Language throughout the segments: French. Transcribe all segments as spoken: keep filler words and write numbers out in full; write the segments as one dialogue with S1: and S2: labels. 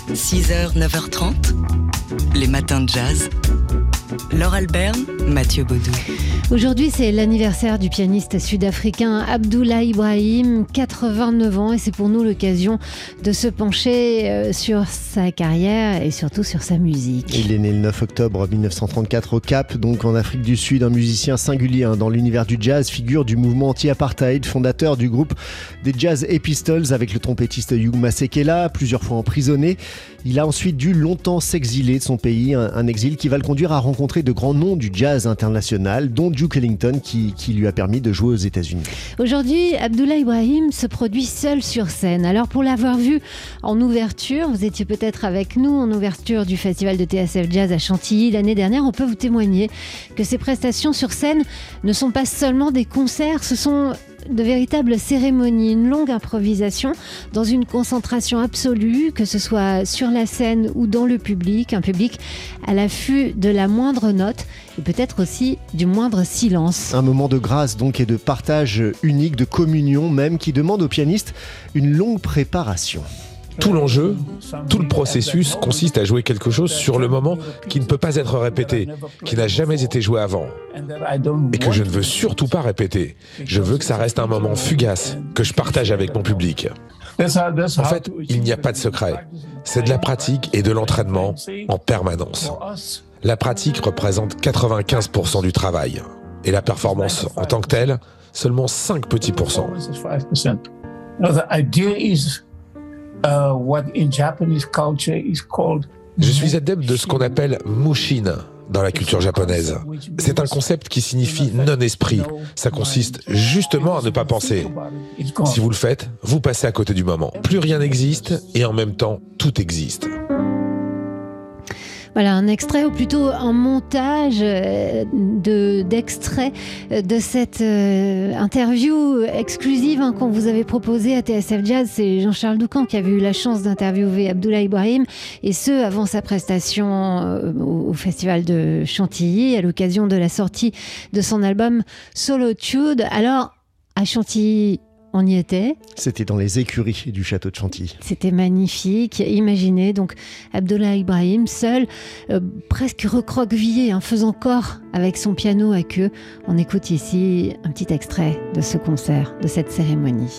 S1: six heures, neuf heures trente, les matins de jazz. Laure Alberne, Mathieu Baudou.
S2: Aujourd'hui, c'est l'anniversaire du pianiste sud-africain Abdoulaye Ibrahim, quatre-vingt-neuf ans, et c'est pour nous l'occasion de se pencher sur sa carrière et surtout sur sa musique.
S3: Il est né le neuf octobre mille neuf cent trente-quatre au Cap, donc en Afrique du Sud, un musicien singulier hein, dans l'univers du jazz, figure du mouvement anti-apartheid, fondateur du groupe des Jazz Epistles avec le trompettiste Hugh Masekela, plusieurs fois emprisonné. Il a ensuite dû longtemps s'exiler de son pays, un, un exil qui va le conduire à rencontrer de grands noms du jazz international, dont Duke Ellington qui, qui lui a permis de jouer aux États-Unis.
S2: Aujourd'hui, Abdoulaye Ibrahim se produit seul sur scène. Alors pour l'avoir vu en ouverture, vous étiez peut-être avec nous en ouverture du festival de T S F Jazz à Chantilly l'année dernière, on peut vous témoigner que ses prestations sur scène ne sont pas seulement des concerts, ce sont de véritables cérémonies, une longue improvisation dans une concentration absolue, que ce soit sur la scène ou dans le public, un public à l'affût de la moindre note et peut-être aussi du moindre silence.
S3: Un moment de grâce donc et de partage unique, de communion même, qui demande au pianiste une longue préparation.
S4: Tout l'enjeu, tout le processus consiste à jouer quelque chose sur le moment qui ne peut pas être répété, qui n'a jamais été joué avant, et que je ne veux surtout pas répéter. Je veux que ça reste un moment fugace, que je partage avec mon public. En fait, il n'y a pas de secret. C'est de la pratique et de l'entraînement en permanence. La pratique représente quatre-vingt-quinze pour cent du travail, et la performance en tant que telle, seulement cinq petits pourcents.
S5: Uh, what in Japanese culture is called...
S4: Je suis adepte de ce qu'on appelle mushin dans la culture japonaise. C'est un concept qui signifie non-esprit. Ça consiste justement à ne pas penser. Si vous le faites, vous passez à côté du moment. Plus rien n'existe et en même temps, tout existe.
S2: Voilà, un extrait ou plutôt un montage de, d'extraits de cette euh, interview exclusive hein, qu'on vous avait proposée à T S F Jazz. C'est Jean-Charles Doucan qui avait eu la chance d'interviewer Abdoulaye Ibrahim, et ce avant sa prestation euh, au, au festival de Chantilly à l'occasion de la sortie de son album Solitude. Alors, à Chantilly, on y était.
S3: C'était dans les écuries du château de Chantilly.
S2: C'était magnifique. Imaginez donc Abdoulaye Ibrahim seul, euh, presque recroquevillé, hein, faisant corps avec son piano à queue. On écoute ici un petit extrait de ce concert, de cette cérémonie.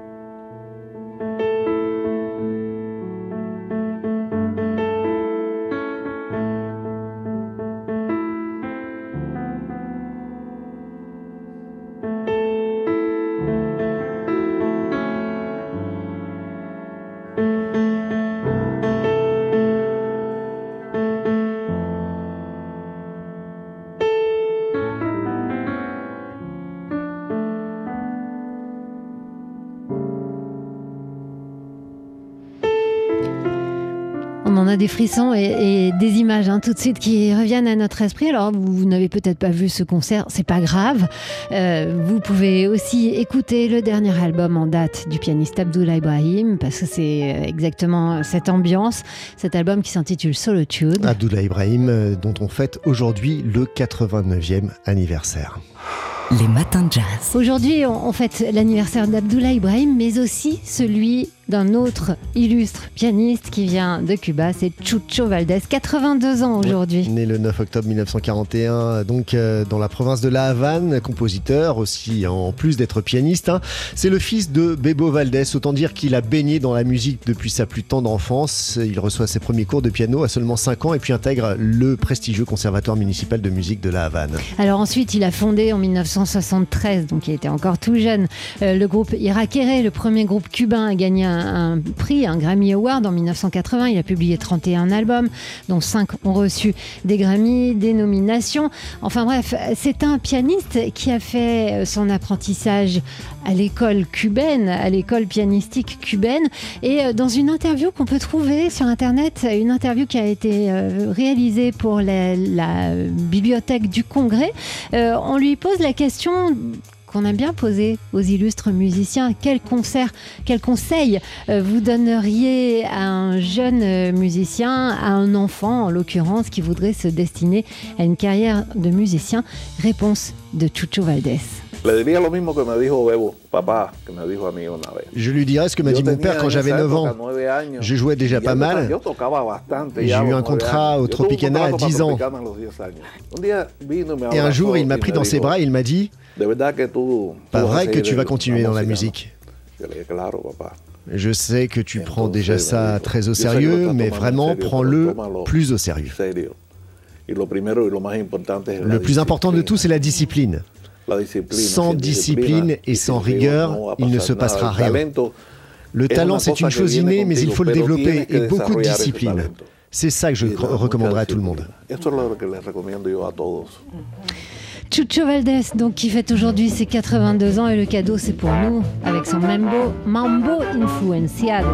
S2: On en a des frissons et, et des images hein, tout de suite qui reviennent à notre esprit. Alors vous, vous n'avez peut-être pas vu ce concert, c'est pas grave. Euh, vous pouvez aussi écouter le dernier album en date du pianiste Abdoulaye Ibrahim, parce que c'est exactement cette ambiance. Cet album qui s'intitule Solitude.
S3: Abdoulaye Ibrahim, dont on fête aujourd'hui le quatre-vingt-neuvième anniversaire.
S1: Les matins de jazz.
S2: Aujourd'hui, on fête l'anniversaire d'Abdoulaye Ibrahim, mais aussi celui d'un autre illustre pianiste qui vient de Cuba, c'est Chucho Valdés, quatre-vingt-deux ans aujourd'hui.
S3: Ouais, né le neuf octobre mille neuf cent quarante et un, donc euh, dans la province de La Havane, compositeur aussi, en plus d'être pianiste. Hein. C'est le fils de Bebo Valdés, autant dire qu'il a baigné dans la musique depuis sa plus tendre enfance. Il reçoit ses premiers cours de piano à seulement cinq ans et puis intègre le prestigieux conservatoire municipal de musique de La Havane.
S2: Alors ensuite, il a fondé en mille neuf cent soixante-treize, donc il était encore tout jeune, euh, le groupe Iraquere, le premier groupe cubain à gagner un, un prix, un Grammy Award en mille neuf cent quatre-vingts. Il a publié trente et un albums, dont cinq ont reçu des Grammy, des nominations. Enfin bref, c'est un pianiste qui a fait son apprentissage à l'école cubaine, à l'école pianistique cubaine. Et dans une interview qu'on peut trouver sur Internet, une interview qui a été réalisée pour la, la Bibliothèque du Congrès, euh, on lui pose la question qu'on aime bien poser aux illustres musiciens. Quel concert, quel conseil euh, vous donneriez à un jeune musicien, à un enfant en l'occurrence, qui voudrait se destiner à une carrière de musicien? Réponse de Chucho Valdés.
S3: Je lui dirais ce que m'a dit mon père quand j'avais neuf ans. Je jouais déjà pas mal. Et j'ai eu un contrat au Tropicana à dix ans. Et un jour, il m'a pris dans ses bras et il m'a dit « Pas vrai que tu vas continuer dans la musique ?» Je sais que tu prends déjà ça très au sérieux, mais vraiment, prends-le plus au sérieux. Le plus important de tout, c'est la discipline. Sans discipline et sans rigueur, il ne se passera rien. Le talent, c'est une chose innée, mais il faut le développer et beaucoup de discipline. C'est ça que je recommanderais à tout le monde.
S2: Chucho Valdés, donc, qui fête aujourd'hui ses quatre-vingt-deux ans, et le cadeau, c'est pour nous, avec son Mambo, Mambo Influenciado.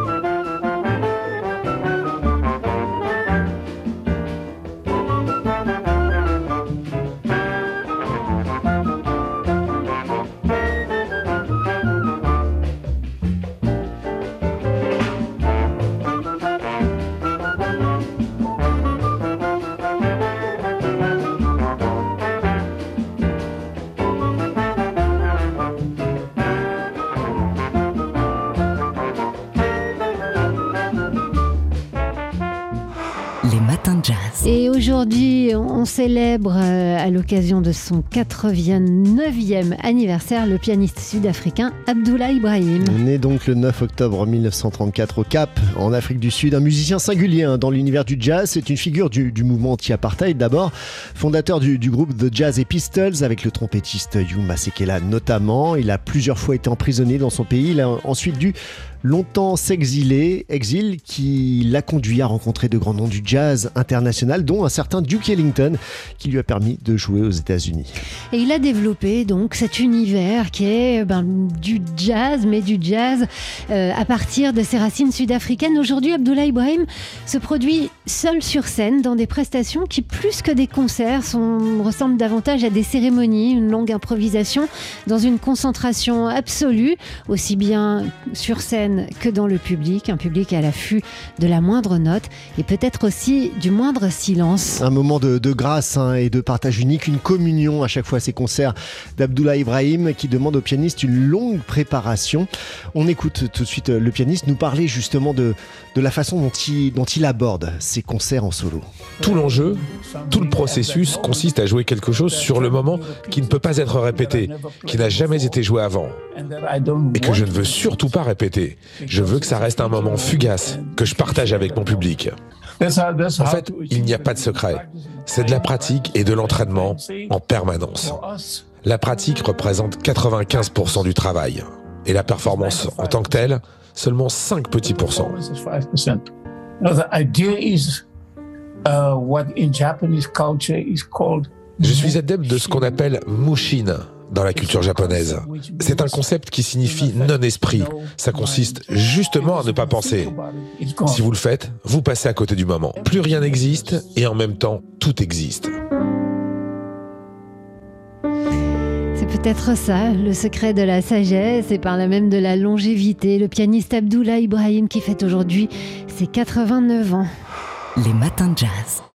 S1: Les matins de jazz.
S2: Et aujourd'hui, on célèbre euh, à l'occasion de son quatre-vingt-neuvième anniversaire le pianiste sud-africain Abdoulaye Ibrahim.
S3: Né donc le neuf octobre mille neuf cent trente-quatre au Cap, en Afrique du Sud, un musicien singulier hein, dans l'univers du jazz. C'est une figure du, du mouvement anti-apartheid d'abord, fondateur du, du groupe The Jazz Pistols avec le trompettiste Hugh Masekela notamment. Il a plusieurs fois été emprisonné dans son pays. Il a ensuite dû longtemps s'exiler, exil qui l'a conduit à rencontrer de grands noms du jazz international, dont un certain Duke Ellington, qui lui a permis de jouer aux États-Unis.
S2: Et il a développé donc cet univers qui est ben, du jazz, mais du jazz euh, à partir de ses racines sud-africaines. Aujourd'hui, Abdoulaye Ibrahim se produit seul sur scène dans des prestations qui, plus que des concerts, sont, ressemblent davantage à des cérémonies, une longue improvisation dans une concentration absolue, aussi bien sur scène que dans le public, un public à l'affût de la moindre note et peut-être aussi du moindre silence.
S3: Un moment de, de grâce hein, et de partage unique, une communion à chaque fois à ces concerts d'Abdoulaye Ibrahim qui demande au pianiste une longue préparation. On écoute tout de suite le pianiste nous parler justement de, de la façon dont il, dont il aborde ses concerts en solo.
S4: Tout l'enjeu, tout le processus consiste à jouer quelque chose sur le moment qui ne peut pas être répété, qui n'a jamais été joué avant et que je ne veux surtout pas répéter. Je veux que ça reste un moment fugace, que je partage avec mon public. En fait, il n'y a pas de secret. C'est de la pratique et de l'entraînement en permanence. La pratique représente quatre-vingt-quinze pour cent du travail. Et la performance en tant que telle, seulement cinq petits pourcents. Je suis adepte de ce qu'on appelle mushin dans la culture japonaise. C'est un concept qui signifie non-esprit. Ça consiste justement à ne pas penser. Si vous le faites, vous passez à côté du moment. Plus rien n'existe et en même temps, tout existe.
S2: C'est peut-être ça, le secret de la sagesse et par là même de la longévité. Le pianiste Abdoulaye Ibrahim qui fête aujourd'hui ses quatre-vingt-neuf ans.
S1: Les matins de jazz.